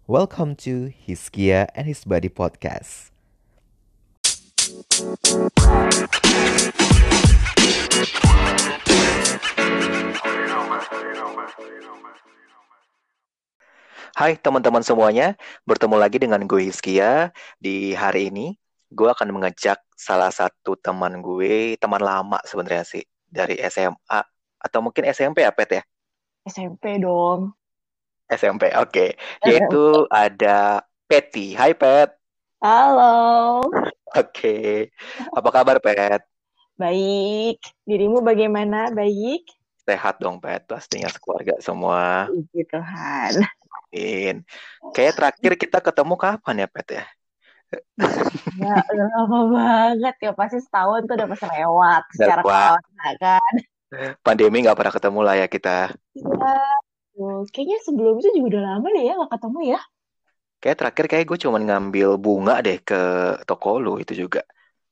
Welcome to Hiskia and His Body Podcast. Hai teman-teman semuanya, bertemu lagi dengan gue Hiskia. Di hari ini, gue akan mengajak salah satu teman gue, teman lama sebenarnya sih, dari SMA, atau mungkin SMP ya, Pet ya? SMP dong. SMP, oke. Yaitu ada Peti. Hai, Pet. Halo, Oke. Apa kabar, Pet? baik. Dirimu bagaimana? Baik? Sehat dong, Pet. Pastinya sekeluarga semua. Puji Tuhan. Kayak terakhir kita ketemu kapan ya, Pet ya? Ya, udah lama banget ya. Pasti setahun tuh udah pasti lewat secara Wah, corona kan. pandemi nggak pernah ketemu lah ya kita. Iya, tuh. Kayaknya sebelum itu juga udah lama deh ya nggak ketemu ya. Kayak terakhir gue cuma ngambil bunga deh ke toko lu itu juga.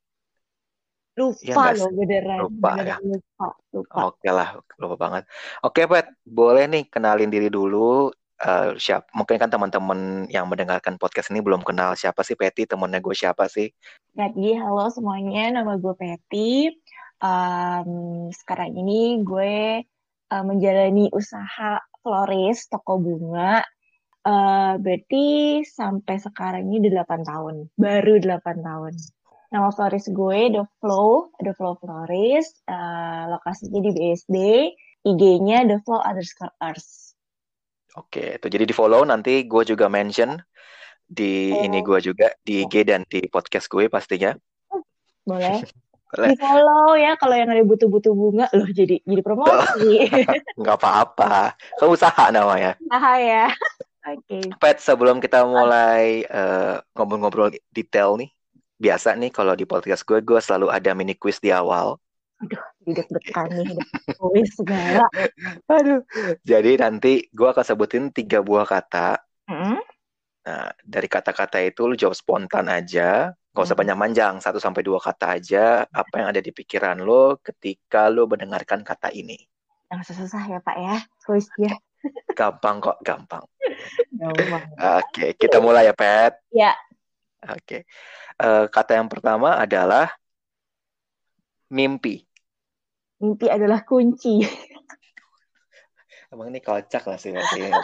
Ya Lupa nggak loh, beneran. lupa ya. Beneran lupa. Lupa. Oke lah, lupa banget. Oke, Pet, boleh nih kenalin diri dulu. Mungkin kan teman-teman yang mendengarkan podcast ini belum kenal siapa sih Peti, temennya gue siapa sih? Lagi, halo semuanya. Nama gue Peti. Sekarang ini gue menjalani usaha florist toko bunga. Berarti sampai sekarang ini udah 8 tahun. Baru 8 tahun. Nama florist gue The Flow Florist. Lokasinya di BSD. IG-nya The Flow underscore Earth. Oke, itu jadi di follow nanti gue juga mention di ini gue juga di IG dan di podcast gue pastinya. Boleh. Boleh. Di follow ya kalau yang ada butuh-butuh bunga loh jadi promosi. Nggak apa-apa. Kan usaha namanya. Nah ya. Oke. Pet, sebelum kita mulai ngobrol-ngobrol detail nih, biasa nih kalau di podcast gue selalu ada mini quiz di awal. Aduh, deg-degan nih udah tulis segala. Aduh. Jadi nanti gue akan sebutin 3 buah kata. Hmm? Nah, dari kata-kata itu lu jawab spontan aja. Gak usah panjang-panjang, 1-2 kata aja. Apa yang ada di pikiran lo ketika lo mendengarkan kata ini. Yang susah ya Pak ya, kuis ya. Gampang kok, gampang. Gampang. Oke, kita mulai ya, Pet. Ya, Oke. Kata yang pertama adalah mimpi. mimpi adalah kunci. Emang ini kocak lah sih.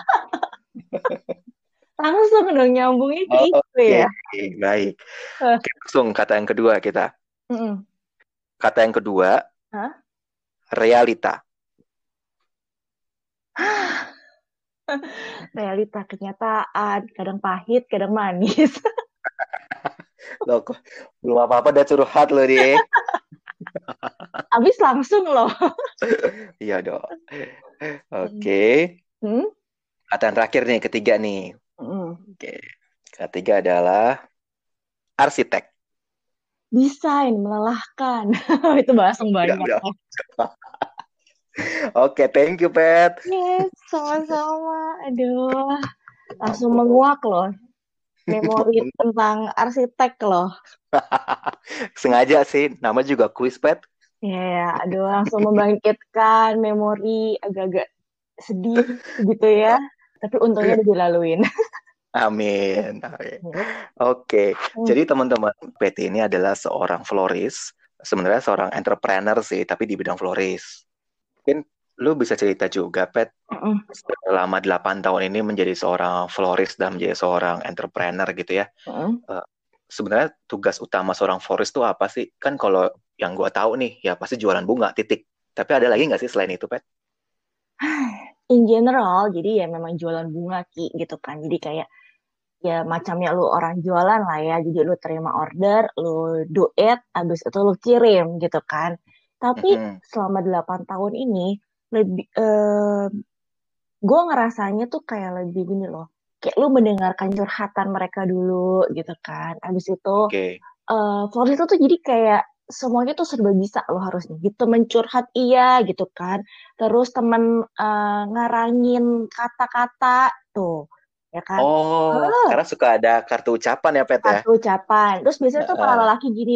Langsung dong nyambungnya ke itu Oke, ya. baik. Eh, Oke, langsung kata yang kedua kita. mm-mm. Kata yang kedua, Hah? realita. Realita kenyataan, kadang pahit, kadang manis. Loh, kok belum apa-apa udah curhat lo dia. Abis langsung loh. Iya dong. Hmm? Oke. Kata yang terakhir nih, ketiga nih. Mm-mm. Oke. Ketiga adalah arsitek. Desain melelahkan. Itu bahasa Udah, banyak udah. ya. Oke, thank you, Pet. Yes, sama-sama. Aduh, langsung Ampun. menguak loh. Memori tentang arsitek loh. Sengaja sih, nama juga quiz, Pet. Ya, aduh langsung membangkitkan memori agak-agak sedih gitu ya. Tapi untungnya udah dilaluin. Amin. Amin. Oke, jadi teman-teman, Peti ini adalah seorang florist. Sebenarnya seorang entrepreneur sih, tapi di bidang florist. Mungkin lu bisa cerita juga, Pet, selama 8 tahun ini menjadi seorang florist dan menjadi seorang entrepreneur gitu ya. Sebenarnya tugas utama seorang florist itu apa sih? Kan kalau yang gue tahu nih, ya pasti jualan bunga, titik. Tapi ada lagi nggak sih selain itu, Pet? In general, jadi ya memang jualan bunga Ki gitu kan. Jadi kayak ya macamnya lu orang jualan lah ya. Jadi lu terima order, lu duet, habis itu lu kirim gitu kan. Tapi selama 8 tahun ini lebih gue ngerasanya tuh kayak lebih gini loh. Kayak lu mendengarkan curhatan mereka dulu gitu kan. Habis itu Oke. Flores itu tuh jadi kayak semuanya tuh serba bisa lo harusnya gitu mencurhat iya gitu kan terus temen ngarangin kata-kata tuh ya kan. Oh, Eh, karena suka ada kartu ucapan ya, Pet ya? Satu ucapan terus biasanya tuh kalau lelaki gini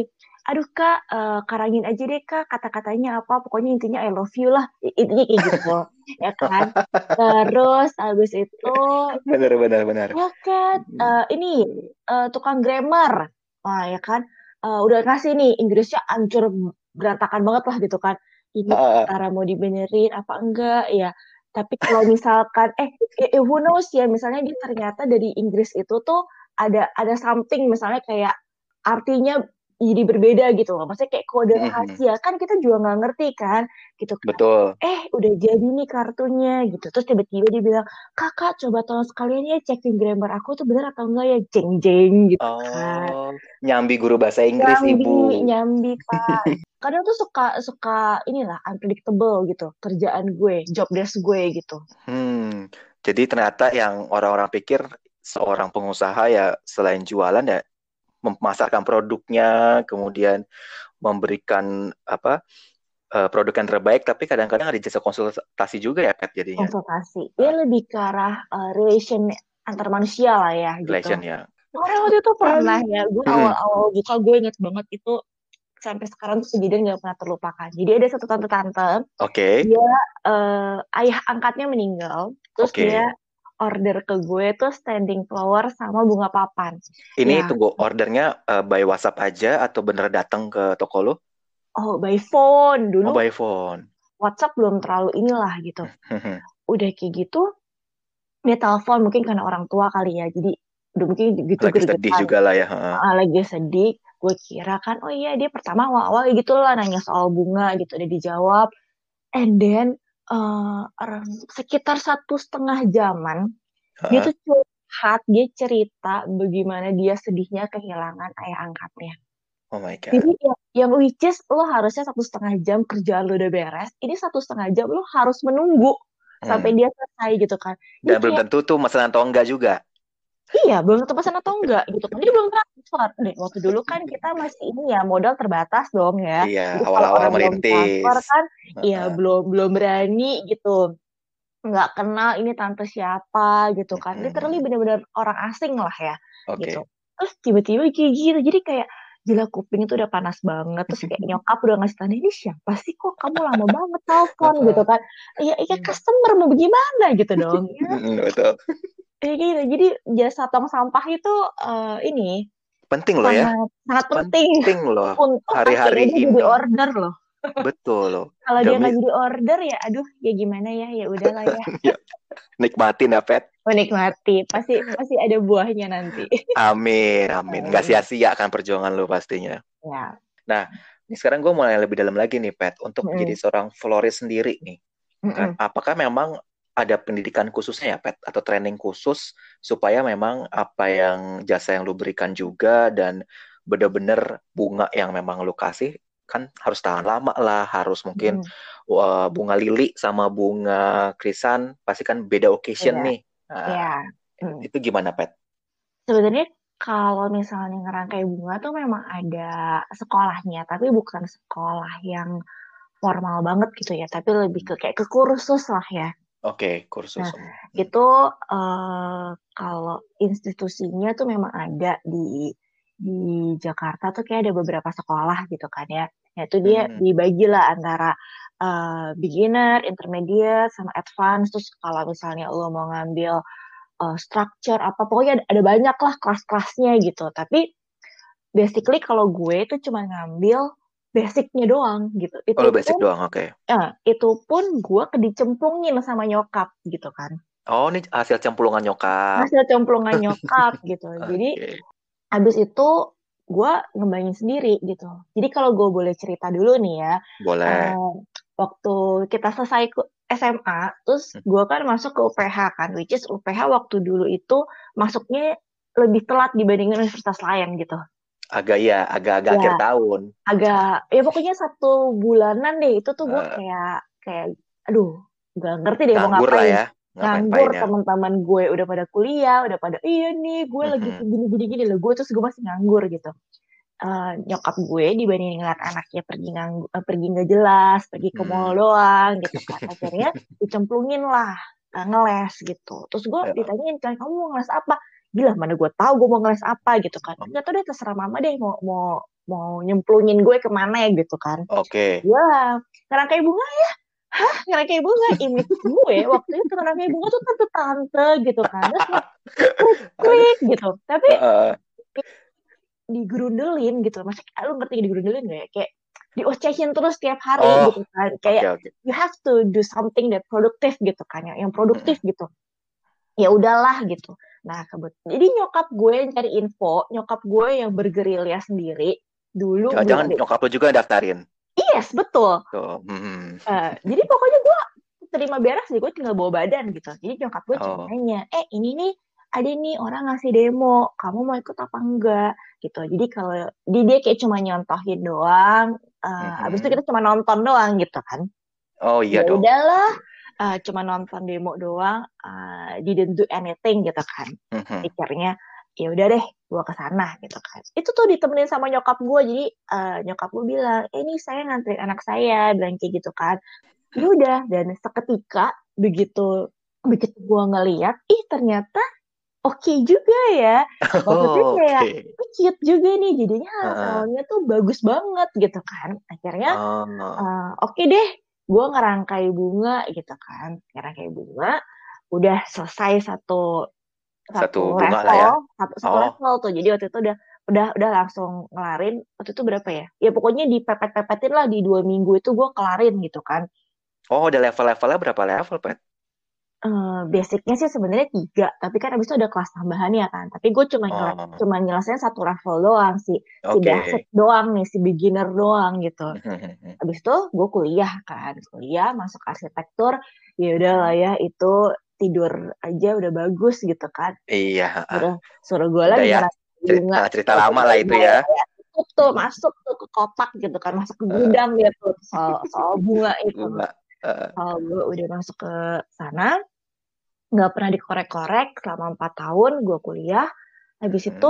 aduh kak, karangin aja deh kak, kata-katanya apa, pokoknya intinya I love you lah, intinya kayak gitu, ya kan. Terus habis itu, Benar, benar, benar. ya kan, ini tukang grammar, wah ya kan, udah ngasih nih Inggrisnya hancur berantakan banget lah gitu kan. Ini Ah, cara mau dibenerin apa enggak ya. Tapi kalau misalkan, who knows ya, misalnya dia ternyata dari Inggris itu tuh ada something, misalnya kayak artinya jadi berbeda gitu loh. Maksudnya kayak kode mhm. rahasia kan kita juga nggak ngerti kan, gitu kan. Betul. Udah jadi nih kartunya gitu. Terus tiba-tiba dia bilang, kakak coba tolong sekalian ya cekin grammar aku tuh bener atau enggak ya, jeng jeng gitu kan. Oh, nyambi guru bahasa Inggris, Nyambi, Ibu. nyambi Pak. Kadang tuh suka suka inilah unpredictable gitu kerjaan gue, job desk gue gitu. Jadi ternyata yang orang-orang pikir seorang pengusaha ya selain jualan ya memasarkan produknya, kemudian memberikan apa produk yang terbaik, tapi kadang-kadang ada jasa konsultasi juga ya, Pet, jadinya. Konsultasi. Dia Uh, lebih ke arah relation antar manusia lah ya gitu. relation ya. Orang waktu itu pernah Aduh. ya, gue Mm-mm. awal-awal buka gue inget banget itu sampai sekarang tuh kejadian gak pernah terlupakan. Jadi ada satu tante-tante, Oke, dia ayah angkatnya meninggal, terus dia oke. order ke gue tuh standing flower sama bunga papan. Ini Ya, tunggu ordernya by WhatsApp aja atau bener datang ke toko lo? oh by phone Oh, dulu, by phone. WhatsApp belum terlalu inilah gitu. Udah kayak gitu, dia telepon mungkin karena orang tua kali ya, jadi udah mungkin gitu Lagi sedih gregetan. juga lah ya. Heeh. Lagi sedih, gue kira kan, oh iya dia pertama awal-awal gitu lah nanya soal bunga gitu, udah dijawab. And then sekitar 1,5 jaman dia Heeh. tuh curhat, dia cerita bagaimana dia sedihnya kehilangan ayah angkatnya. Oh my Jadi God. yang which is lo harusnya 1,5 jam kerjaan lo udah beres, ini 1,5 jam lo harus menunggu sampai Hmm. dia selesai gitu kan. Jadi Dan belum kayak tentu tuh pesanan atau enggak juga. iya, belum tentu pesan atau enggak gitu kan. Jadi belum transfer. Deh, waktu dulu kan kita masih ini ya, modal terbatas dong ya. Iya, Jadi kalau awal-awal orang belum transfer merintis. kan, ya Heeh. belum belum berani gitu. Nggak kenal ini tante siapa gitu kan. Literally Mm-mm. bener-bener orang asing lah ya gitu. Oke. Terus tiba-tiba kayak gitu. Jadi kayak gila, kuping itu udah panas banget. Terus kayak nyokap udah ngasih tanda, ini siapa sih kok kamu lama banget telepon gitu Heeh. kan. Iya customer mau bagaimana gitu dong. Ya, Mm-mm, betul. kayak gitu. Jadi jasa tong sampah itu ini Penting loh ya. sangat sangat penting. Penting loh Untung akhirnya hari-hari dia jadi ini. order loh. Betul loh. Kalau dia Demi nggak jadi order ya aduh ya gimana ya, ya udahlah ya. ya, nikmatin ya, Pet. Menikmati pasti pasti ada buahnya nanti. Amin, amin. Nggak sia-sia kan perjuangan lo pastinya. Ya. Nah, ini sekarang gue mulai lebih dalam lagi nih, Pet. Untuk menjadi Mm-mm. seorang florist sendiri nih. Kan, Mm-mm. apakah memang ada pendidikan khususnya ya, Pet? Atau training khusus supaya memang apa yang jasa yang lu berikan juga dan bener-bener bunga yang memang lu kasih kan harus tahan lama lah, harus mungkin Mm-mm. bunga lili sama bunga krisan pasti kan beda occasion Iya, nih. iya. Nah, Mm. itu gimana, Pet? Sebenarnya kalau misalnya ngerangkai bunga tuh memang ada sekolahnya, tapi bukan sekolah yang formal banget gitu ya, tapi lebih ke kayak ke kursus lah ya. Oke, kursus. Nah, itu kalau institusinya tuh memang ada di Jakarta tuh kayak ada beberapa sekolah gitu kan ya. Nah, itu dia Hmm. dibagi lah antara beginner, intermediate, sama advance. Terus kalau misalnya lo mau ngambil structure apa, pokoknya ada banyak lah kelas-kelasnya gitu. Tapi basically kalau gue itu cuma ngambil basicnya doang gitu. Oh, lo basic doang, oke. Itu pun gue dicemplungin sama nyokap gitu kan. Oh, ini hasil cemplungan nyokap. Hasil cemplungan nyokap gitu. Jadi Oke, abis itu gue ngembangin sendiri gitu. Jadi kalau gue boleh cerita dulu nih ya, boleh. eh, waktu kita selesai ke SMA, terus gue kan masuk ke UPH kan, which is UPH waktu dulu itu masuknya lebih telat dibandingin universitas lain gitu. Agak-agak akhir Ya, tahun. agak ya pokoknya 1 bulanan deh itu tuh gue Eh, kayak kayak aduh nggak ngerti deh mau nganggur lah ngapain. ya, Nganggur, ngapain ya. teman-teman gue udah pada kuliah, udah pada iya nih gue lagi Mhm. gini gini gini loh gue, terus gue masih nganggur gitu. Nyokap gue dibanding ngeliat anaknya pergi nggak jelas, pergi ke mall Hmm. doang gitu kan, akhirnya dicemplungin lah ngeles gitu. Terus gue Ya, ditanyain kan, kamu mau ngeles apa? Gila mana gue tahu gue mau ngeles apa gitu kan. oh, Nggak tahu deh, terserah mama deh mau mau mau nyemplungin gue kemana gitu kan. Oke. Ya, ngerangkai bunga ya. Hah, ngerangkai bunga? Image gue waktu itu ngerangkai bunga tuh tante-tante gitu kan. Terus kayak Aduh. klik gitu. Tapi Heeh. digerundelin gitu. Maksudnya lu ngerti digerundelin gak ya? Kayak diocehin terus tiap hari Oh, gitu kan. oke Kayak oke. you have to do something that produktif gitu kan. Yang produktif Mm-mm. gitu. Ya udahlah gitu. Nah, jadi nyokap gue yang cari info, nyokap gue yang bergerilya sendiri. Dulu belum Jangan-jangan ada. nyokap lu juga daftarin. Yes, betul. Tuh. Jadi pokoknya gue terima beres sih, gue tinggal bawa badan gitu. Jadi nyokap gue cuma Oh. nanya, ini nih ada nih orang ngasih demo, kamu mau ikut apa enggak gitu. Jadi kalau dia kayak cuma nyontohin doang, abis itu Mhm. kita cuma nonton doang gitu kan. Oh iya Ya dong. udahlah, cuma nonton demo doang, didn't do anything gitu kan. Mhm. Pikirnya ya udah deh, gue kesana gitu kan. Itu tuh ditemenin sama nyokap gue, jadi nyokap gue bilang, ini saya nganterin anak saya, bilang kayak gitu kan. Ya udah, dan seketika begitu begitu gue ngeliat, ternyata oke juga ya. Maksudnya Oh, kayak oke. cute juga nih, jadinya Heeh. hasilnya tuh bagus banget gitu kan. Akhirnya Oh, oke deh, gue ngerangkai bunga gitu kan. Ngerangkai bunga, udah selesai satu satu satu bunga lah ya. level, satu Oh, level tuh. Jadi waktu itu udah langsung ngelarin. Waktu itu berapa ya? Ya pokoknya dipepet-pepetin lah di 2 minggu itu gue kelarin gitu kan. udah level-levelnya berapa level, Pet? Basicnya sih sebenarnya 3, tapi kan abis itu ada kelas tambahannya kan. Tapi gue Oh, cuma nyelesain satu level doang, si basic oke. doang nih, si beginner doang gitu. Mhm. Abis itu gue kuliah kan, kuliah masuk arsitektur, ya udah lah Mhm. ya itu tidur aja udah bagus gitu kan. Iya, Suruh suruh gue udah lagi ya. ngerasain bunga, Cerita ya lama udah lah itu ya. ya tutup tuh, masuk tuh ke kotak gitu kan, masuk ke Heeh. gudang gitu soal soal bunga itu. Bunga. Heeh. Kalau gue udah masuk ke sana, nggak pernah dikorek-korek selama 4 tahun gue kuliah. Habis itu Mhm.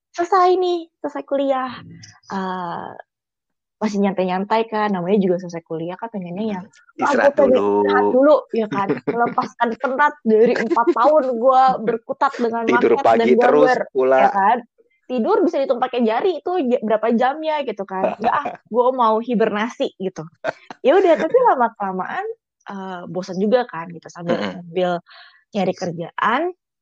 selesai kuliah. Uh, Masih nyantai-nyantai kan, namanya juga selesai kuliah kan pengennya yang Mhm. gue Istirahat pengen dulu. istirahat dulu ya kan, melepaskan penat dari 4 tahun gue berkutat dengan Tidur maket dan pagi terus gambar ya pula. kan. Tidur bisa dihitung pakai jari itu berapa jamnya gitu kan. Nggak, gue mau hibernasi gitu. Ya udah, tapi lama kelamaan bosan juga kan gitu, sambil Mhm. sambil nyari kerjaan,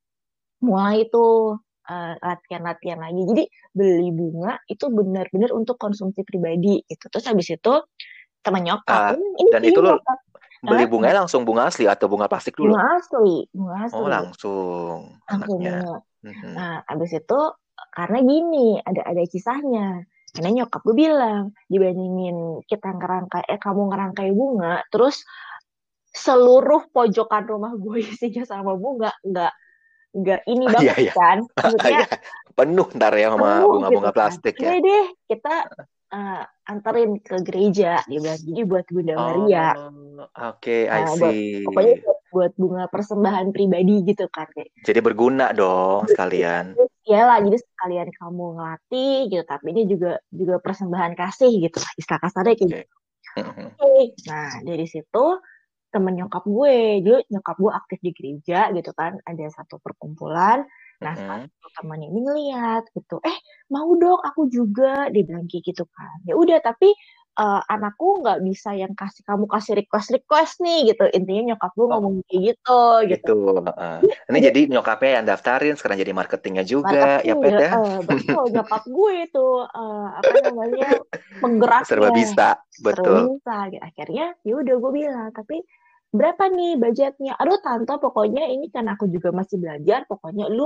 mulai itu latihan-latihan lagi. Jadi beli bunga itu benar-benar untuk konsumsi pribadi gitu. Terus habis itu teman nyokap, Ah, ini dan sih itu lo nyokap. beli Kenapa? bunganya langsung bunga asli atau bunga plastik dulu? Bunga Oh, asli, langsung langsung anaknya. bunga. Mhm. Nah, habis itu karena gini, ada kisahnya. Karena nyokap gue bilang, dibandingin kita ngerangkai, kamu ngerangkai bunga, terus seluruh pojokan rumah gue isinya sama bunga, nggak ini Oh, iya banget iya. kan. Maksudnya Iya. Penuh ntar ya sama penuh gitu bunga-bunga kan. plastik Udah ya. deh, kita anterin ke gereja, dia bilang. Jadi buat Bunda Maria, Oh, oke, I pokoknya see. buat bunga persembahan pribadi gitu kan. Kayak, Jadi berguna dong sekalian. ya lah, jadi sekalian kamu ngelatih gitu, tapi ini juga persembahan kasih gitu lah, istilah kasarnya kayak Oke. gitu. Mhm. Oke. Nah, dari situ temen nyokap gue, jadi nyokap gue aktif di gereja gitu kan, ada satu perkumpulan. Nah, salah Mhm. satu temannya ini ngeliat gitu, mau dong aku juga, dia bilang kayak gitu kan. Ya udah, tapi anakku nggak bisa yang kamu kasih request nih gitu, intinya nyokap gue Oh, ngomong kayak gitu gitu. gitu. Heeh. Dia Ini ada jadi nyokapnya yang daftarin, sekarang jadi marketingnya juga, ya marketing Pet ya, ya. betul, nyokap gue itu apa namanya, Serba penggeraknya, bisa, seru betul. bisa gitu. Akhirnya ya udah gue bilang, tapi berapa nih budgetnya? Aduh tante, pokoknya ini kan aku juga masih belajar, pokoknya lu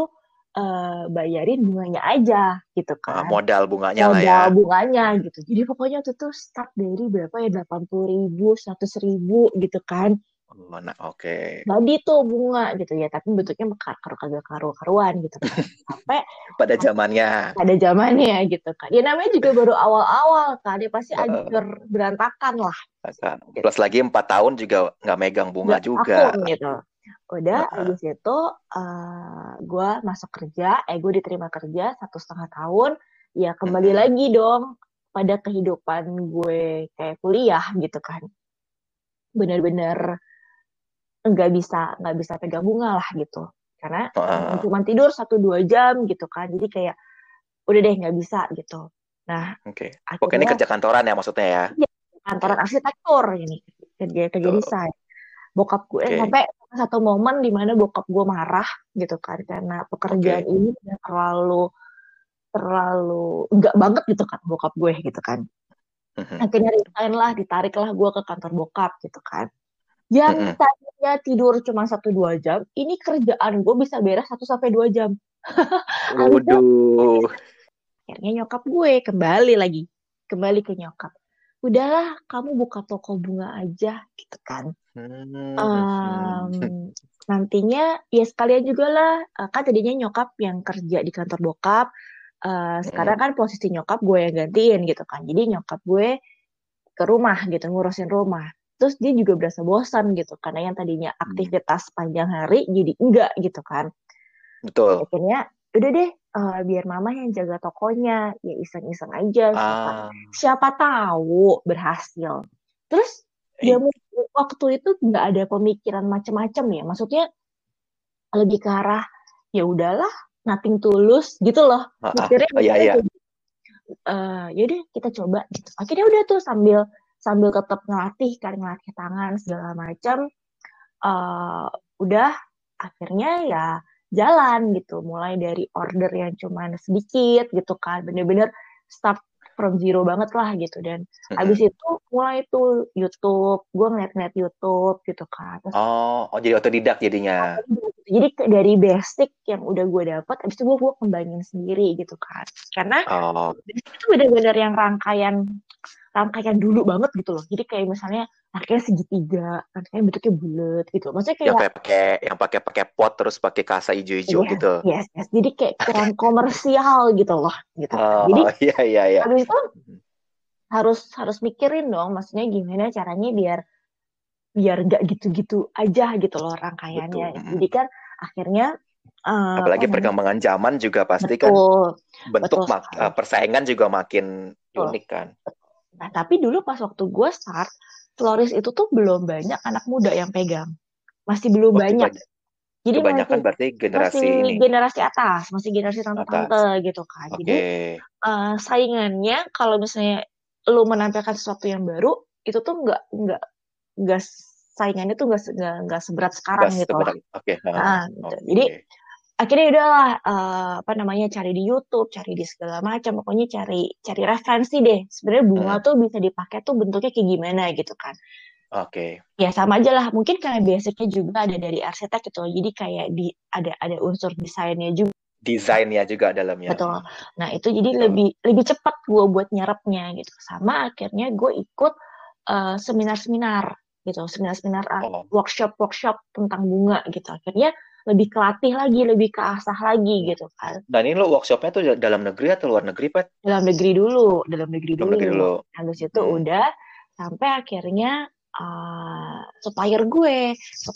bayarin bunganya aja gitu kan, Modal bunganya lah ya. modal bunganya gitu. Jadi pokoknya waktu itu start dari berapa ya, 80.000, 100.000 gitu kan. Oh, nah, oke. Jadi tuh bunga gitu ya, tapi bentuknya kagak karu-karuan gitu kan. Sampai Pada zamannya. ada zamannya gitu kan. Ya namanya juga baru awal-awal kan, dia pasti Heeh. hancur berantakan lah. Gitu. Plus lagi 4 tahun juga nggak megang bunga Nggak juga. vakum gitu. Udah, Heeh. habis itu gue masuk kerja, gue diterima kerja 1,5 tahun, ya kembali Mhm. lagi dong pada kehidupan gue kayak kuliah gitu kan. Bener-bener nggak bisa pegang bunga lah gitu. Karena Heeh. cuma tidur 1-2 jam gitu kan. Jadi kayak udah deh nggak bisa gitu. Nah, pokoknya ini akhirnya kerja kantoran ya maksudnya ya. kantoran arsitektur ini, kerja desain. Bokap gue sampai satu momen di mana bokap gue marah gitu kan karena pekerjaan ini terlalu enggak banget gitu kan bokap gue gitu kan. Akhirnya resign lah, ditarik lah gue ke kantor bokap gitu kan. Yang tadinya tidur cuma 1-2 jam, ini kerjaan gue bisa beres 1-2 jam. Waduh. Akhirnya nyokap gue kembali ke nyokap. Udahlah, kamu buka toko bunga aja gitu kan. Nantinya ya sekalian juga lah, kan tadinya nyokap yang kerja di kantor bokap, sekarang kan posisi nyokap gue yang gantiin gitu kan. Jadi nyokap gue ke rumah gitu, ngurusin rumah. Terus dia juga berasa bosan gitu, karena yang tadinya aktivitas panjang hari jadi enggak gitu kan. Betul. Akhirnya udah deh, biar mama yang jaga tokonya, ya iseng-iseng aja. Siapa tahu berhasil. Terus ya waktu itu nggak ada pemikiran macam-macam ya, maksudnya lebih ke arah ya udahlah, nothing tulus gitu loh. Mikirnya yaudah kita coba gitu. Akhirnya udah tuh sambil tetap ngelatih tangan segala macam, udah akhirnya ya jalan gitu, mulai dari order yang cuma sedikit gitu kan, bener-bener start from zero banget lah gitu. Dan abis itu mulai tuh YouTube, gue ngeliat YouTube gitu kan. Terus, jadi otodidak jadinya. Jadi dari basic yang udah gue dapet, abis itu gue kembangin sendiri gitu kan. Karena itu bener-bener yang rangkaian dulu banget gitu loh. Jadi kayak misalnya akhirnya segitiga, akhirnya bentuknya bulat gitu. Maksudnya kayak yang pakai pot terus pakai kasa hijau-hijau gitu. Yes. Jadi kayak kurang komersial gitu loh, gitu. Jadi iya. Habis itu harus mikirin dong, maksudnya gimana caranya biar nggak gitu-gitu aja gitu loh rangkaiannya. Jadi kan akhirnya apalagi perkembangan zaman juga pasti kan bentuk persaingan juga makin unik kan. Nah, tapi dulu pas waktu gue start, florist itu tuh belum banyak anak muda yang pegang. Masih belum banyak. Jadi kebanyakan berarti generasi atas, masih generasi tante-tante gitu kan. Jadi saingannya kalau misalnya lu menampilkan sesuatu yang baru, itu tuh nggak saingannya tuh nggak seberat sekarang gitu lah. Jadi akhirnya udahlah, cari di YouTube, cari di segala macam, pokoknya cari referensi deh. Sebenarnya bunga tuh bisa dipakai tuh bentuknya kayak gimana gitu kan. Ya sama aja lah, mungkin karena basicnya juga ada dari arsitek gitu, jadi kayak ada unsur desainnya juga. Desainnya juga dalamnya. Betul. Nah itu jadi lebih cepat gue buat nyerapnya gitu. Sama akhirnya gue ikut seminar-seminar gitu, seminar-seminar workshop tentang bunga gitu. Akhirnya lebih kelatih lagi, lebih keasah lagi gitu kan. Dan ini lo workshopnya tuh dalam negeri atau luar negeri, Pat? Dalam negeri dulu. Habis itu udah sampai akhirnya supplier gue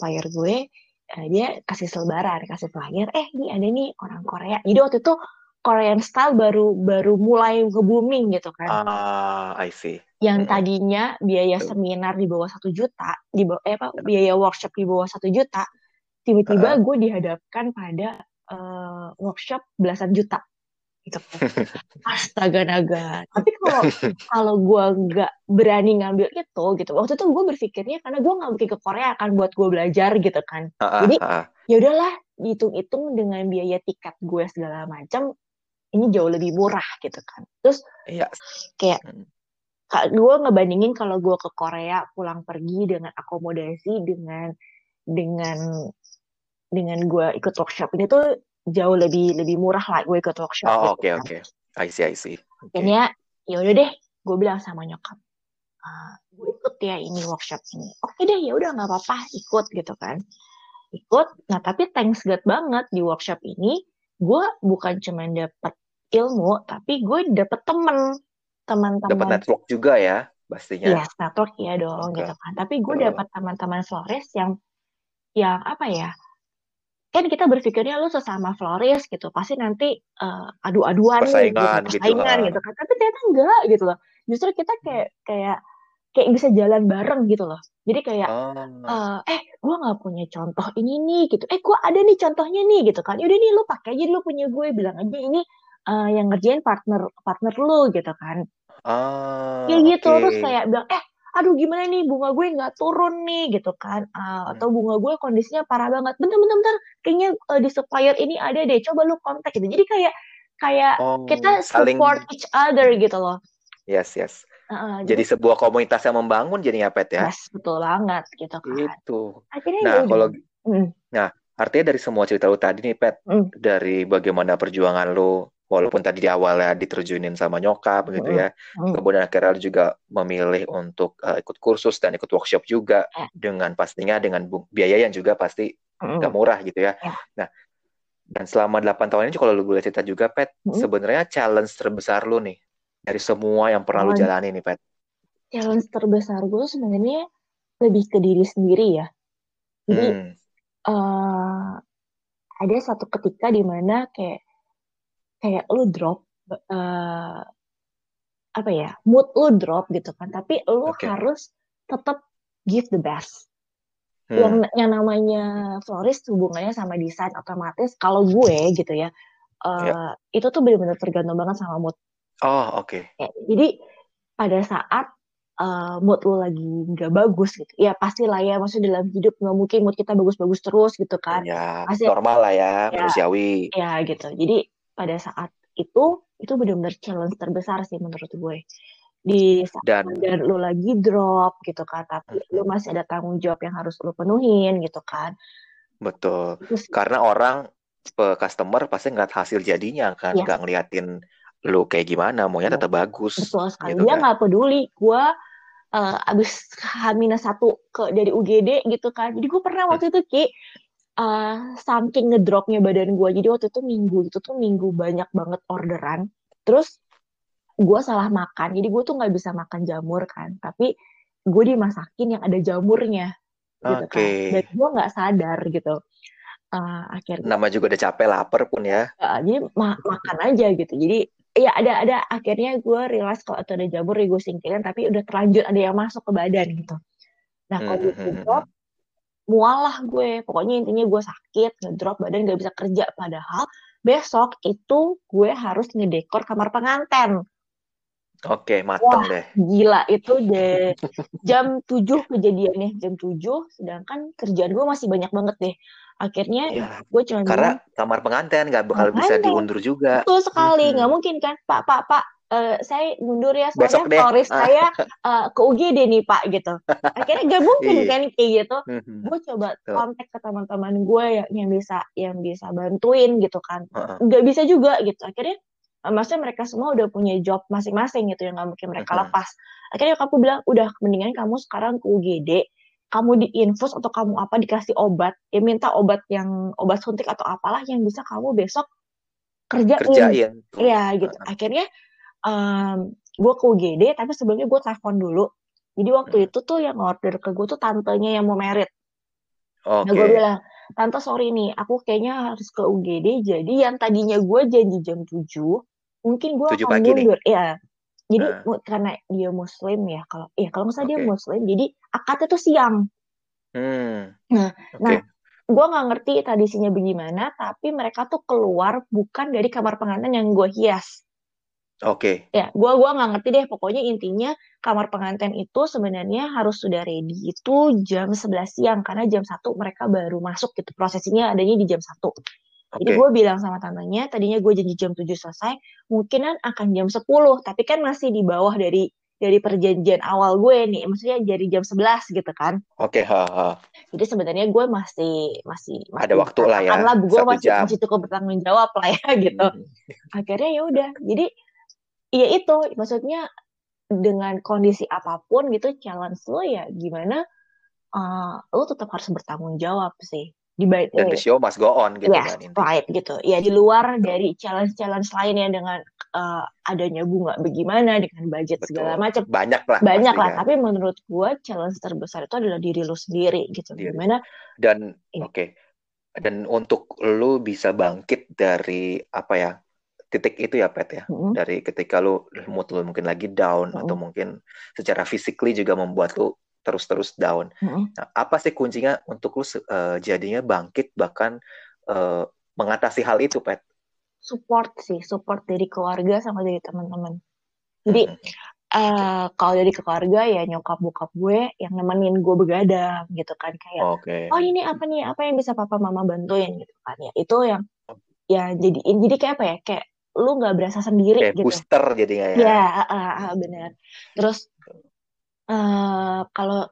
dia kasih selebaran, kasih flyer, ini ada nih orang Korea. Jadi waktu itu Korean style baru mulai nge-booming gitu kan. I see. Yang tadinya biaya seminar di bawah 1 juta, biaya workshop di bawah 1 juta, tiba-tiba gue dihadapkan pada workshop belasan juta gitu. Astaga naga. Tapi kalau gue nggak berani ngambil itu gitu, waktu itu gue berpikirnya karena gue nggak mungkin ke Korea kan buat gue belajar gitu kan. Jadi ya udahlah, hitung-hitung dengan biaya tiket gue segala macam, ini jauh lebih murah gitu kan. Terus kayak gue ngebandingin kalau gue ke Korea pulang pergi dengan akomodasi dengan gue ikut workshop ini tuh jauh lebih murah lah gue ikut workshop. Oke. I see. Akhirnya ya udah deh, gue bilang sama nyokap, gue ikut ya ini workshop ini. Oke deh, ya udah nggak apa-apa, ikut gitu kan. Ikut. Nah tapi thanks God banget di workshop ini gue bukan cuma dapet ilmu, tapi gue dapet teman-teman. Dapat network juga ya pastinya. Yes, network ya dong gitu kan. Tapi gue dapat teman-teman florist yang apa ya? Kan kita berpikirnya lu sesama florist gitu, pasti nanti adu-aduan persaingan gitu kan. Tapi ternyata enggak gitu loh. Justru kita kayak bisa jalan bareng gitu loh. Jadi kayak gue nggak punya contoh ini nih gitu. Gue ada nih contohnya nih gitu kan. Yaudah nih lu pakai aja, lu punya gue, bilang aja ini yang ngerjain partner partner lu gitu kan. Kayak gitu Oke. terus kayak bilang aduh gimana nih bunga gue nggak turun nih gitu kan. Atau bunga gue kondisinya parah banget, bentar kayaknya di supplier ini ada deh, coba lu kontak gitu. Jadi kayak Oh, kita support saling. each other gitu loh. Yes, yes. Jadi Jadi sebuah komunitas yang membangun jadinya, Pet ya. yes betul banget gitu kan. Itu. Akhirnya ya Nah, udah. nah, artinya dari semua cerita lu tadi nih, Pet, Mm, dari bagaimana perjuangan lu, walaupun tadi di awalnya diterjunin sama nyokap mm, gitu mm, ya, mm. kemudian akhirnya lu juga memilih untuk ikut kursus dan ikut workshop juga, Eh, dengan pastinya dengan biaya yang juga pasti gak mm, murah gitu ya. ya. Nah, dan selama 8 tahun ini kalau lu boleh cerita juga, Pet, Mm. sebenarnya challenge terbesar lu nih, dari semua yang pernah lu Oh, jalani nih, Pet. challenge terbesar gue sebenarnya lebih ke diri sendiri ya. Jadi Hmm, eh ada satu ketika di mana kayak kayak lu drop eh apa ya, mood lu drop gitu kan, tapi lu oke. harus tetap give the best. Hmm, Yang namanya florist hubungannya sama desain otomatis kalau gue gitu ya, ya. itu tuh benar-benar tergantung banget sama mood. Oh, oke. Ya, jadi pada saat mood lu lagi nggak bagus gitu, ya pasti lah ya, maksudnya dalam hidup nggak mungkin mood kita bagus-bagus terus gitu kan, Ya, pasti normal lah ya, ya manusiawi. ya gitu. Jadi pada saat itu benar-benar challenge terbesar sih menurut gue. Di saat Dan badan lu lagi drop gitu kan, tapi lu mhm, masih ada tanggung jawab yang harus lu penuhin gitu kan. betul. Itu sih. Karena orang customer pasti ngeliat hasil jadinya kan, Yes, nggak ngeliatin lu kayak gimana, maunya yes, tetap bagus betul sekali. gitu Dia kan. nggak peduli. Gue abis H-1 dari UGD gitu kan. Jadi gue pernah Hmm, waktu itu Ki, saking ngedropnya badan gue. Jadi waktu itu minggu banyak banget orderan. Terus gue salah makan. Jadi gue tuh nggak bisa makan jamur kan. Tapi gue dimasakin yang ada jamurnya gitu Oke, kan. Dan gue nggak sadar gitu. Akhirnya nama juga udah capek, lapar pun ya. jadi makan aja gitu. Jadi ya ada akhirnya gue realize kalau itu ada jamur ya gue singkirin, tapi udah terlanjur ada yang masuk ke badan gitu. Nah Hmm, hmm, kondisi hmm, hmm, drop hmm. mualah gue, pokoknya intinya gue sakit ngedrop badan gak bisa kerja, padahal besok itu gue harus ngedekor kamar pengantin. Oke, mateng Wah deh. gila itu deh, jam 7 kejadiannya, jam 7, sedangkan kerjaan gue masih banyak banget deh. Akhirnya Ya, gue cuma karena bilang kamar pengantin nggak bakal bisa pengantin. diundur juga. Betul sekali, Hmm, nggak mungkin kan, Pak, saya mundur ya, soalnya besok deh. florist Ah, saya ke UGD nih Pak gitu. Akhirnya nggak mungkin iya. kan kayak gitu. Hmm, hmm. Gue coba Tuh. kontak ke teman-teman gue yang bisa bantuin gitu kan. Heeh. Nggak bisa juga gitu. Akhirnya maksudnya mereka semua udah punya job masing-masing gitu yang nggak mungkin Hmm, mereka hmm. lepas. Akhirnya aku bilang udah mendingan kamu sekarang ke UGD, kamu diinfus atau kamu apa dikasih obat, ya minta obat suntik atau apalah yang bisa kamu besok kerjain. Kerjain tuh. Ya gitu. Akhirnya gue ke UGD, tapi sebelumnya gue telepon dulu. Jadi waktu Hmm. itu tuh yang order ke gue tuh tantenya yang mau merit. Nah gue Oke, bilang, tante sorry nih, aku kayaknya harus ke UGD. Jadi yang tadinya gue janji jam 7, mungkin gue 7 akan pagi nih. mundur. Ya, jadi Nah, karena dia Muslim ya, kalau nggak salah dia oke. Muslim, jadi akadnya tuh siang. Hmm, Nah, nah, oke. gue nggak ngerti tradisinya bagaimana, tapi mereka tuh keluar bukan dari kamar pengantin yang gue hias. Oke. Ya, gua nggak ngerti deh. Pokoknya intinya kamar pengantin itu sebenarnya harus sudah ready itu jam 11 siang karena jam 1 mereka baru masuk gitu. Prosesinya adanya di jam 1. Jadi gue Oke. bilang sama tantenya, tadinya gue janji jam 7 selesai, mungkinan akan jam 10, tapi kan masih di bawah dari perjanjian awal gue nih, maksudnya dari jam 11 gitu kan. Oke, ha, ha. Jadi sebenarnya gue masih masih Ada masih waktu lah ya, katakanlah gue satu masih jam. masih cukup bertanggung jawab lah ya gitu. Hmm. Akhirnya ya udah. Jadi ya itu maksudnya dengan kondisi apapun gitu challenge lo ya gimana, lo tetap harus bertanggung jawab sih di Dan the show must go on gitu yes kan intinya. right gitu ya, di luar Betul. dari challenge lainnya dengan adanya bunga bagaimana dengan budget segala Betul. macam, Banyak lah banyak lah, pastinya. tapi menurut gue challenge terbesar itu adalah diri lo sendiri gitu, Diri. gimana Dan ini. oke. Dan untuk lu bisa bangkit dari apa ya, titik itu ya, Pet ya. Mm-mm, Dari ketika mood lu mungkin lagi down atau mm-mm, mungkin secara physically juga membuat lu terus-terus down. mm-mm. Nah, apa sih kuncinya untuk lu jadinya bangkit bahkan eh, mengatasi hal itu, Pet? support dari keluarga sama dari teman-teman. Jadi Mm-mm. kalau dari keluarga ya nyokap bokap gue yang nemenin gue begadang gitu kan, kayak Oke. oh ini apa nih, apa yang bisa papa mama bantuin gitu kan, ya itu yang ya jadi kayak apa ya, kayak lu nggak berasa sendiri Kayak gitu. booster jadinya ya. Ya, benar. Terus kalau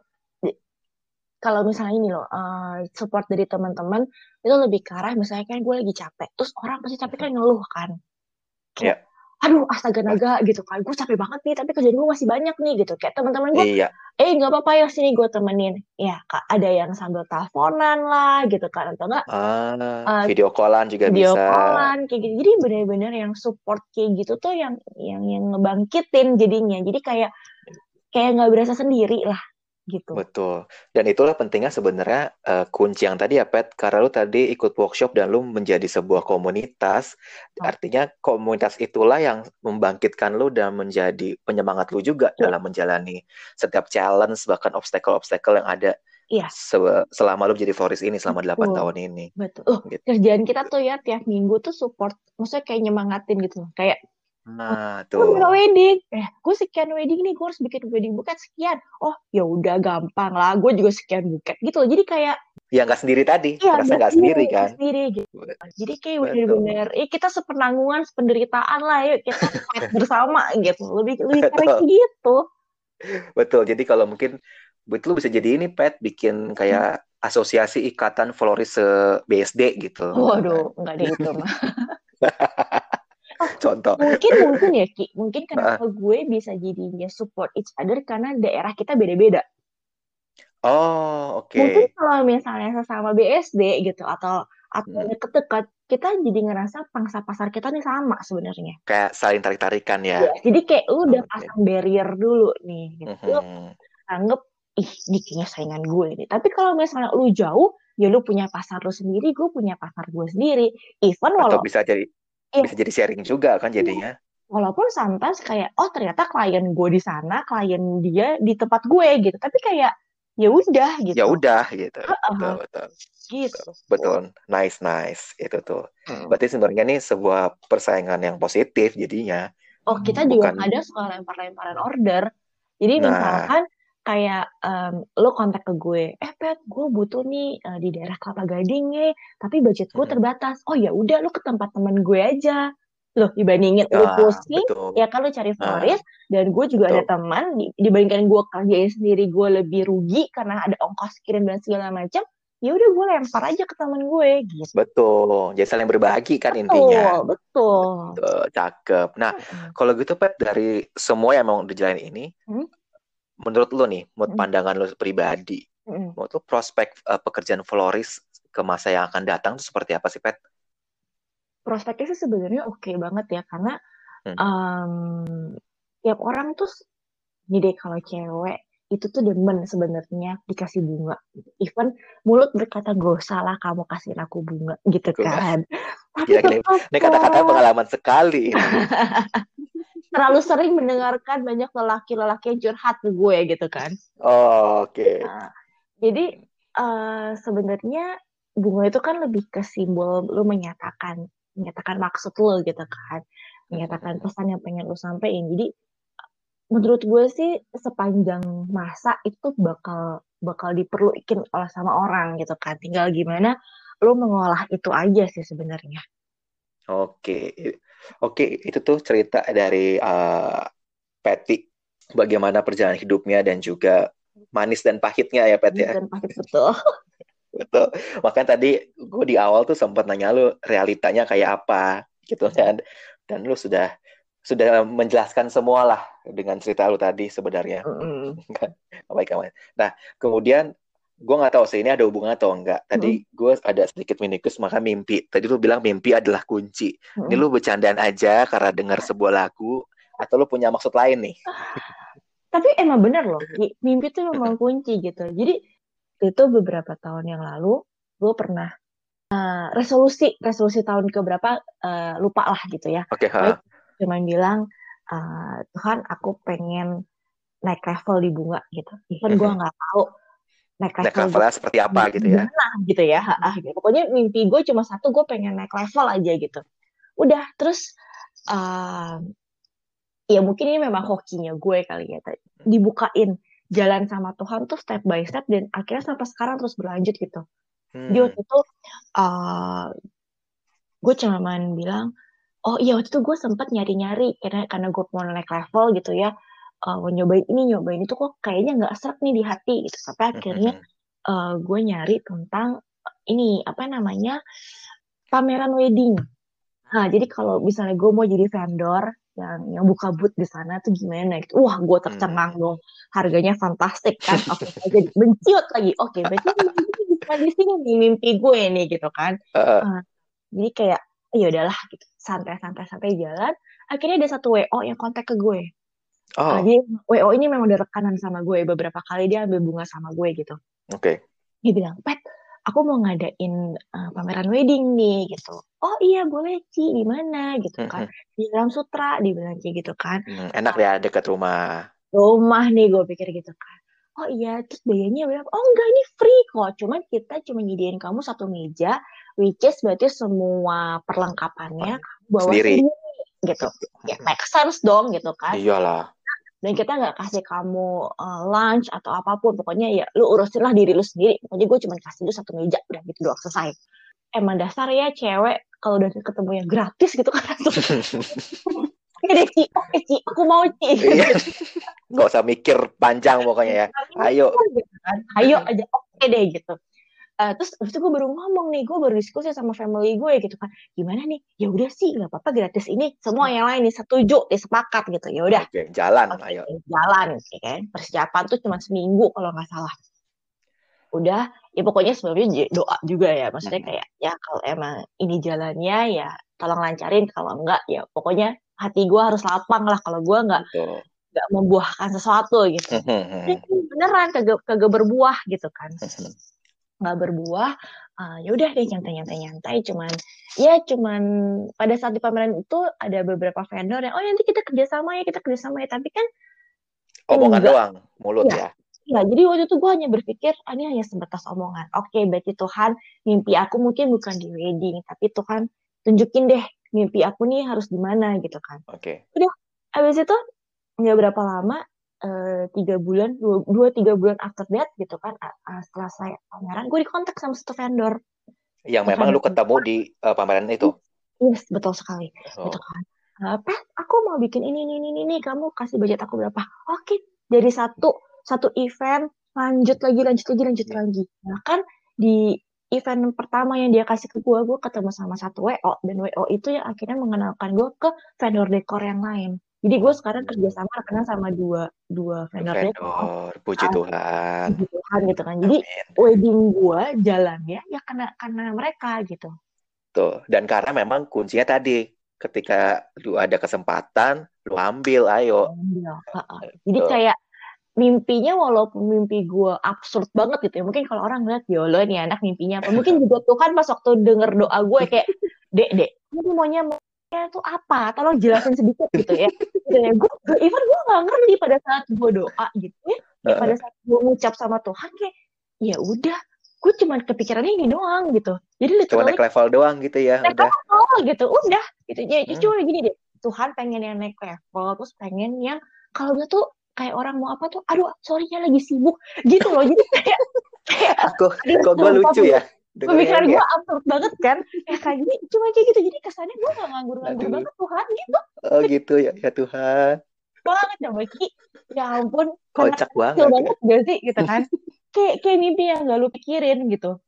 kalau misalnya ini loh, support dari teman-teman itu lebih ke arah misalnya kan gue lagi capek, terus orang pasti capek kan ngeluh kan, kayak Ya. aduh astaga Pas. naga gitu kan, gue capek banget nih tapi kerjaan gue masih banyak nih gitu, kayak teman-teman gue Iya. nggak apa-apa ya sini gue temenin ya kak, ada yang sambil teleponan lah gitu kan, atau enggak Video callan juga video bisa. callan kayak gitu. Jadi benar-benar yang support kayak gitu tuh yang ngebangkitin jadinya, jadi kayak nggak berasa sendiri lah gitu. Betul. Dan itulah pentingnya sebenarnya kunci yang tadi ya, Pet. Karena lu tadi ikut workshop dan lu menjadi sebuah komunitas. Oh, Artinya komunitas itulah yang membangkitkan lu dan menjadi penyemangat lu juga iya, dalam menjalani setiap challenge, bahkan obstacle-obstacle yang ada iya, selama lu jadi florist ini, selama 8 betul. tahun ini. Betul. Gitu. Kerjaan kita tuh ya tiap minggu tuh support, maksudnya kayak nyemangatin gitu. Kayak, Nah, gue buka tuh. wedding. Gue sekian wedding nih, gue harus bikin wedding buket sekian. Oh, ya udah gampang lah. Gue juga sekian buket gitu loh. Jadi kayak, Ya nggak sendiri tadi. iya, Merasa nggak nggak sendiri, sendiri nggak kan? sendiri gitu. Jadi kayak Betul. bener-bener, kita sepenanggungan, sependeritaan lah. Yuk kita fight bersama gitu. Lebih kayak Betul. gitu. Betul. Jadi kalau mungkin betul bisa jadi ini Pet bikin kayak asosiasi ikatan florist BSD gitu Waduh, misalkan. nggak ada itu mah. Oh, Contoh. mungkin ya Ki, mungkin Heeh. kenapa gue bisa jadinya support each other karena daerah kita beda-beda. Oh, Mungkin oke. kalau misalnya sesama BSD gitu atau Hmm. deket-deket, kita jadi ngerasa pangsa pasar kita nih sama sebenarnya. Kayak saling tarik-tarikan ya. Ya, jadi kayak lu udah Oke. pasang barrier dulu nih, gitu. Lu Mhm. anggap ih ini kayaknya saingan gue nih. Tapi kalau misalnya lu jauh, ya lu punya pasar lu sendiri, gue punya pasar gue sendiri. Even Atau walau ya, bisa jadi sharing juga kan jadinya. walaupun sometimes kayak oh ternyata klien gue di sana, klien dia di tempat gue gitu. Tapi kayak ya udah Ya gitu. udah gitu. Betul, Heeh, betul. gitu. Betul. Nice, nice. Itu tuh. Hmm. Berarti sebenarnya ini sebuah persaingan yang positif jadinya. Oh, kita juga Bukan. kadang suka lempar-lemparan order. Jadi Nah, misalkan kayak lo kontak ke gue, Pet, gue butuh nih di daerah Kelapa Gading nih, tapi budget gue mhm. terbatas. Oh ya udah, lo ke tempat temen gue aja. Loh, dibandingin lo Ya, pusing, betul. ya kan lo cari Nah, florist, dan gue juga ada betul. teman, dibandingkan gue kerjain sendiri, gue lebih rugi karena ada ongkos kirim dan segala macam. Ya udah gue lempar aja ke temen gue gitu. Betul. Jadi saling berbagi kan intinya. Betul, betul. Betul, cakep. Nah, Mm-mm. kalau gitu Pet, dari semua yang mau dijalanin ini, Hmm? menurut lo nih, menurut Mm-mm. pandangan lo pribadi, Mm-mm. menurut lo prospek pekerjaan florist ke masa yang akan datang itu seperti apa sih, Pet? Prospeknya sih sebenarnya oke banget ya, karena Hmm. tiap orang tuh nih deh, kalau cewek itu tuh demen sebenarnya dikasih bunga. Even mulut berkata gak usah lah kamu kasihin aku bunga gitu kan. Tapi Gila, gila. tetap Ini kata-kata kok pengalaman sekali ini. terlalu sering mendengarkan banyak lelaki-lelaki yang curhat ke gue gitu kan. Oh, oke. Nah, jadi sebenarnya bunga itu kan lebih ke simbol lu menyatakan maksud lu gitu kan, menyatakan pesan yang pengen lu sampaikan. Jadi menurut gue sih sepanjang masa itu bakal bakal diperluin oleh sama orang gitu kan. Tinggal gimana lu mengolah itu aja sih sebenarnya. Oke. Oke, itu tuh cerita dari Patty. Bagaimana perjalanan hidupnya dan juga manis dan pahitnya ya, Pet ya. Dan pahit betul. Betul. Makanya tadi gue di awal tuh sempat nanya lu realitanya kayak apa gitu kan. Dan lu sudah menjelaskan semua lah dengan cerita lu tadi sebenarnya. Mm-mm. Kan? Baik, aman. Nah, kemudian gue nggak tahu sih ini ada hubungan atau enggak. Mm-mm. Tadi gue ada sedikit minikus maka mimpi. Tadi lu bilang mimpi adalah kunci. Ini Mm-mm. lu bercandaan aja karena dengar sebuah lagu atau lu punya maksud lain nih? Tapi emang bener loh, mimpi tuh memang kunci gitu. Jadi itu beberapa tahun yang lalu gue pernah resolusi tahun ke berapa lupa lah gitu ya. Oke, Baik, ha. cuman bilang Tuhan aku pengen naik level di bunga gitu. Even gue nggak tahu naik Naik level gue levelnya seperti apa gitu ya? gimana gitu ya. Gitu. Pokoknya mimpi gue cuma satu, gue pengen naik level aja gitu. Udah terus ya mungkin ini memang hokinya gue kali ya, dibukain jalan sama Tuhan tuh step by step dan akhirnya sampai sekarang terus berlanjut gitu. Jadi waktu itu gue cuman bilang, oh iya waktu itu gue sempet nyari-nyari karena gue mau naik level gitu ya, mau nyobain ini nyobain itu kok kayaknya nggak seret nih di hati gitu, sampai akhirnya gue nyari tentang ini apa namanya pameran wedding. Nah jadi kalau misalnya gue mau jadi vendor yang buka booth di sana tuh gimana gitu, wah gue tercengang dong, harganya fantastik kan, oke jadi menciut lagi, oke berarti bisa di sini nih mimpi gue nih gitu kan. Jadi kayak ya udahlah gitu, santai jalan. Akhirnya ada satu WO yang kontak ke gue. Jadi WO ini memang udah rekanan sama gue, beberapa kali dia ambil bunga sama gue gitu. Oke. Dia bilang, Pet, aku mau ngadain pameran wedding nih gitu. Oh iya boleh Ci, di mana gitu kan? Di Dalam Sutra, dibilang kayak gitu kan. Enak ya, dekat rumah. Rumah nih gue pikir gitu kan. Oh iya, terus biayanya berapa? Oh enggak, ini free kok. Cuman kita cuma nyediain kamu satu meja, which is berarti semua perlengkapannya kamu bawa Sendiri. gitu. Ya make sense dong gitu kan. Iyalah. Dan kita nggak kasih kamu lunch atau apapun. Pokoknya ya lu urusin lah diri lu sendiri. Pokoknya gue cuma kasih lu satu meja, udah gitu doang, selesai. Emang dasar ya cewek, kalau udah ketemu yang gratis gitu kan langsung. Oke deh Ci, aku mau Ci. Gak usah mikir panjang pokoknya ya. Ayo. Ayo aja, oke deh gitu. Terus habis itu gue baru ngomong nih, gue baru diskusi sama family gue gitu kan, gimana nih? Ya udah sih, nggak apa-apa gratis ini. Semua yang lain nih setuju, sepakat gitu. Ya udah. Oke, jalan, ayo. Jalan, kan? Persiapan tuh cuma seminggu kalau nggak salah. Udah, ya pokoknya sebelumnya doa juga ya. Maksudnya kayak ya kalau emang ini jalannya ya tolong lancarin. Kalau enggak ya pokoknya hati gue harus lapang lah. Kalau gue nggak membuahkan sesuatu gitu. Beneran kagak berbuah gitu kan. Nggak berbuah, ya udah deh nyantai cuman pada saat di pameran itu ada beberapa vendor yang nanti kita kerjasama ya tapi kan omongan doang, mulut ya. Ya, jadi waktu itu gue hanya berpikir ini hanya sebatas omongan. Oke, berarti Tuhan mimpi aku mungkin bukan di wedding, tapi Tuhan tunjukin deh mimpi aku nih harus di mana gitu kan. Udah, abis itu nggak berapa lama, 3 bulan, 2-3 bulan after that gitu kan, setelah saya pameran, gue dikontak sama satu vendor. Yang memang lu ketemu di pameran itu? Yes, betul sekali. Gitu kan. Pet, aku mau bikin ini, kamu kasih budget aku berapa? Oke, dari satu event, lanjut lagi. Nah kan di event pertama yang dia kasih ke gue ketemu sama satu WO, dan WO itu yang akhirnya mengenalkan gue ke vendor dekor yang lain. Jadi gue sekarang kerjasama rekenan sama dua vendor dekor. Puji Tuhan. Puji Tuhan gitu kan. Jadi wedding gue jalannya ya karena mereka gitu. Tuh, dan karena memang kuncinya tadi, ketika lu ada kesempatan, lu ambil, ayo. Jadi kayak mimpinya walaupun mimpi gue absurd banget gitu ya. Mungkin kalau orang ngeliat, yolo nih anak mimpinya apa. Mungkin juga Tuhan pas waktu denger doa gue kayak, Dek, kamu maunya tuh apa? Tolong jelasin sedikit gitu ya. Even gue gak ngerti pada saat gue doa gitu ya. Pada saat gue ngucap sama Tuhan kayak, ya udah, gue cuma kepikirannya ini doang gitu. Jadi cuma naik level doang gitu ya. Naik level gitu, udah. Gitu. Jadi cuma gini deh, Tuhan pengen yang naik level, terus pengen yang kalau gue tuh kayak orang mau apa tuh, aduh sorry-nya lagi sibuk gitu loh. Jadi kayak kok gue lucu ya. Pemikiran gue absurd banget kan. Kayak gini, cuma kayak gitu. Jadi kesannya gue gak nganggur-nganggur banget Tuhan gitu. Oh gitu ya Tuhan. Banget sama Ki. Ya ampun. Kocak banget gak sih gitu kan. Kayak mimpi yang gak lu pikirin gitu.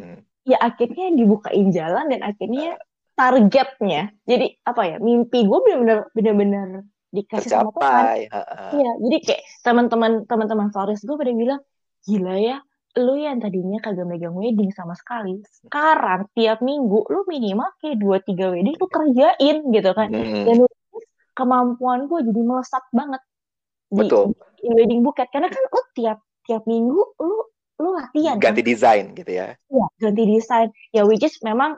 Ya akhirnya dibukain jalan dan akhirnya targetnya. Jadi apa ya, mimpi gue bener-bener dikasih sama Tuhan. Iya, jadi kayak teman-teman florist gue pada bilang, gila ya, lu yang tadinya kagak megang wedding sama sekali, sekarang tiap minggu lu minimal kayak 2-3 wedding lu kerjain gitu kan. Dan kemampuan gue jadi melesat banget di wedding buket, karena kan lu tiap minggu lu latihan ganti desain gitu ya. Iya, ganti desain. Ya which is memang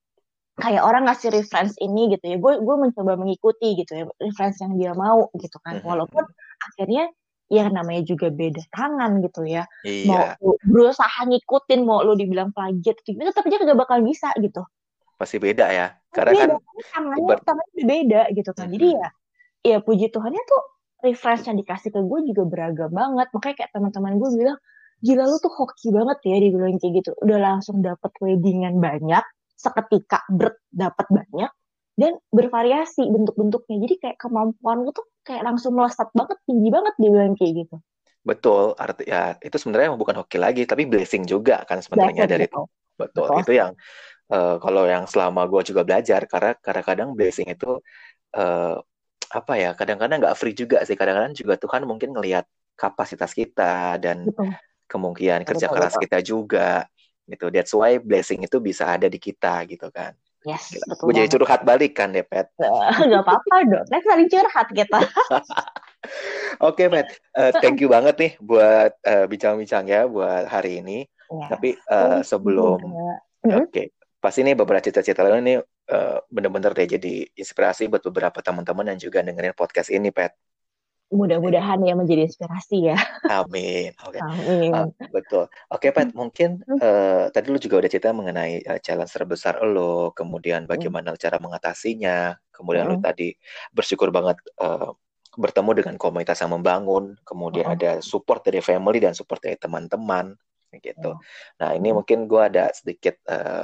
kayak orang ngasih reference ini gitu ya, gue mencoba mengikuti gitu ya reference yang dia mau gitu kan, walaupun akhirnya ya namanya juga beda tangan gitu ya. Mau lu berusaha ngikutin, mau lu dibilang plagiat gitu, tetap aja gak bakal bisa gitu. pasti beda ya. Karena kan Beda, karena tangannya udah beda gitu kan. Jadi ya puji Tuhannya tuh refresh yang dikasih ke gue juga beragam banget. Makanya kayak teman-teman gue bilang, gila lu tuh hoki banget ya, dibilang kayak gitu. Udah langsung dapet weddingan banyak, seketika dapat banyak, dan bervariasi bentuk-bentuknya. Jadi kayak kemampuan lu tuh kayak langsung melesat banget, tinggi banget, dibilang kayak gitu. Betul, arti ya itu sebenarnya bukan hoki lagi, tapi blessing juga kan sebenarnya dari itu. Betul. Betul, Betul. itu yang kalau yang selama gue juga belajar, karena kadang-kadang blessing itu eh, apa ya, kadang-kadang nggak free juga sih, kadang-kadang juga Tuhan mungkin ngelihat kapasitas kita dan Betul. kemungkinan kerja Betul, keras betul. kita juga gitu. That's why blessing itu bisa ada di kita gitu kan. Yes, Gila. betul Gue jadi banget. curhat balik kan deh, Pet. Gak apa-apa dong. Kan saling curhat kita. Oke, Pet. Thank you banget nih buat bincang-bincangnya buat hari ini. Ya, Tapi thank you sebelum juga. Oke, pasti nih beberapa cita-cita lo ini bener-bener deh jadi inspirasi buat beberapa teman-teman yang juga dengerin podcast ini, Pet. Mudah-mudahan ya menjadi inspirasi ya. Amin. Oke. Amin. Betul. Oke, Pat. Mungkin tadi lu juga udah cerita mengenai challenge terbesar lo, kemudian bagaimana cara mengatasinya, kemudian lu tadi bersyukur banget bertemu dengan komunitas yang membangun, kemudian ada support dari family dan support dari teman-teman, gitu. Nah, ini mungkin gue ada sedikit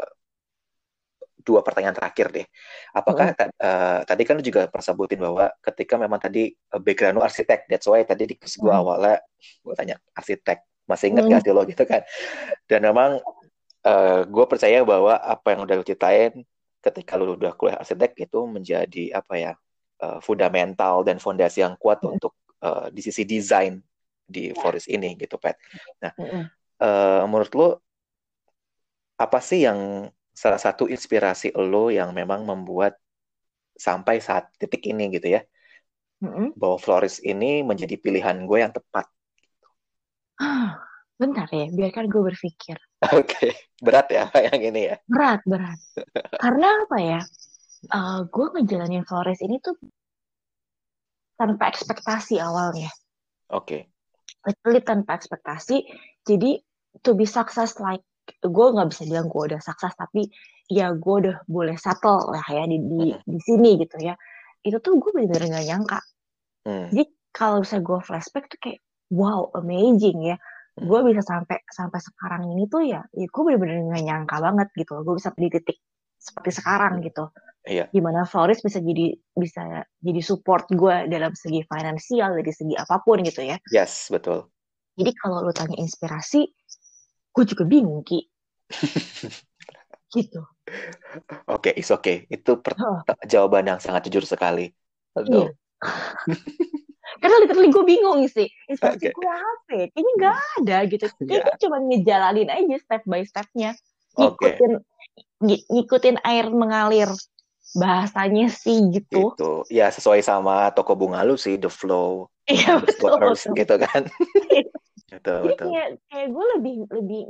dua pertanyaan terakhir deh. Apakah tadi kan lu juga pernah sebutin bahwa ketika memang tadi background lu arsitek, that's why tadi di quiz gue awalnya gue tanya arsitek, masih ingat gak sih lo gitu kan? Dan memang gue percaya bahwa apa yang udah lu ceritain ketika lu udah kuliah arsitek itu menjadi apa ya fundamental dan fondasi yang kuat untuk di sisi desain di Floris ini gitu, Pat. Nah, menurut lu apa sih yang salah satu inspirasi lo yang memang membuat sampai saat titik ini gitu ya, bahwa Floris ini menjadi pilihan gue yang tepat? Bentar ya, biarkan gue berpikir. Oke, berat ya yang ini ya. Berat. Karena apa ya? Gue ngejalanin Flores ini tuh tanpa ekspektasi awalnya. Oke. Literally tanpa ekspektasi. Jadi to be success like gue nggak bisa bilang gue udah sukses, tapi ya gue udah boleh settle lah ya di sini gitu ya. Itu tuh gue bener-bener gak nyangka. Jadi kalau bisa gue flashback tuh kayak wow, amazing ya. Gue bisa sampai sekarang ini tuh ya gue bener-bener gak nyangka banget gitu. Gue bisa di titik seperti sekarang gitu. Iya. Gimana Floris bisa jadi support gue dalam segi finansial, dari segi apapun gitu ya. Yes, betul. Jadi kalau lu tanya inspirasi, gue juga bingung, Ki. Gitu. Oke, it's okay. Itu jawaban yang sangat jujur sekali. Betul. Iya. Karena literally gue bingung sih. Inspirasi gue apa ya? Kayaknya gak ada gitu. Kayaknya cuma ngejalanin aja step by stepnya. Ngikutin air mengalir. Bahasanya sih gitu. Gitu. Ya sesuai sama toko bunga lu sih, The Flow. Iya, betul. Gitu kan. Jadi kayak gue lebih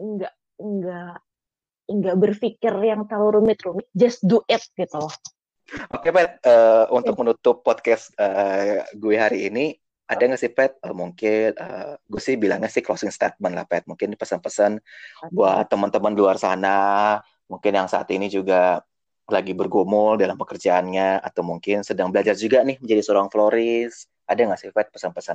nggak berpikir yang terlalu rumit, just do it gitu loh. Oke, Pat, untuk menutup podcast gue hari ini, ada nggak sih, Pat? Mungkin gue sih bilangnya sih closing statement lah, Pat. Mungkin pesan-pesan buat teman-teman di luar sana, mungkin yang saat ini juga lagi bergumul dalam pekerjaannya, atau mungkin sedang belajar juga nih menjadi seorang florist. Ada nggak sih, Pat, pesan-pesan?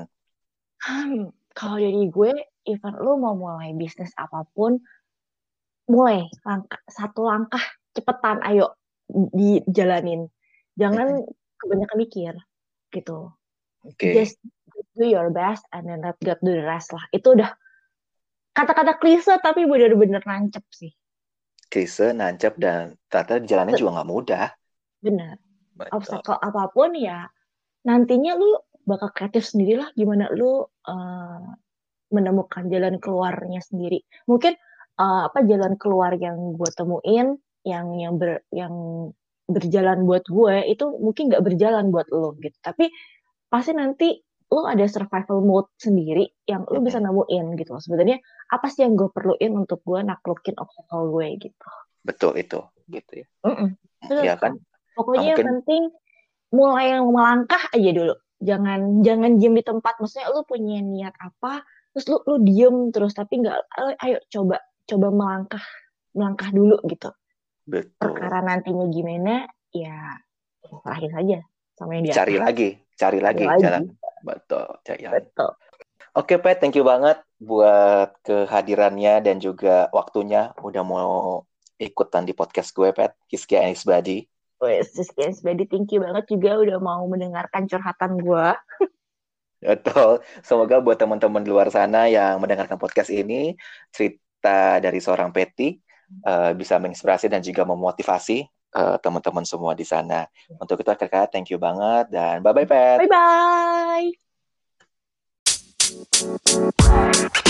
Kalau dari gue, even lo mau mulai bisnis apapun, mulai satu langkah cepetan, ayo dijalanin. Jangan kebanyakan mikir gitu. Just do your best and then let God do the rest lah. Itu udah kata-kata klise tapi bener-bener nancep sih. Klise, nancep, dan ternyata jalannya juga nggak mudah. Bener. Obstacle apapun ya nantinya lu bakal kreatif sendiri lah gimana lu menemukan jalan keluarnya sendiri. Mungkin jalan keluar yang gue temuin yang berjalan buat gue itu mungkin nggak berjalan buat lo gitu. Tapi pasti nanti lo ada survival mode sendiri yang lo bisa nemuin gitu. Sebenarnya apa sih yang gue perluin untuk gue naklukin obstacle gue gitu. Betul itu, gitu ya. Ya kan. Pokoknya yang penting mulai melangkah aja dulu. Jangan diem di tempat. Maksudnya lo punya niat apa, terus lo diem terus tapi nggak. Ayo coba melangkah dulu gitu. Betul. Perkara nantinya gimana, ya serahin saja sama yang di Cari atas. lagi jalan. Betul, cari jalan. Betul. Oke, Pet, thank you banget buat kehadirannya dan juga waktunya udah mau ikutan di podcast gue, Pet. Hiskia and his Buddy. Wes, Badi, thank you banget juga udah mau mendengarkan curhatan gue. Betul. Semoga buat teman-teman di luar sana yang mendengarkan podcast ini, cerita dari seorang Patty bisa menginspirasi dan juga memotivasi teman-teman semua di sana. Untuk itu, Kakak, thank you banget dan bye-bye, Pet. Bye-bye.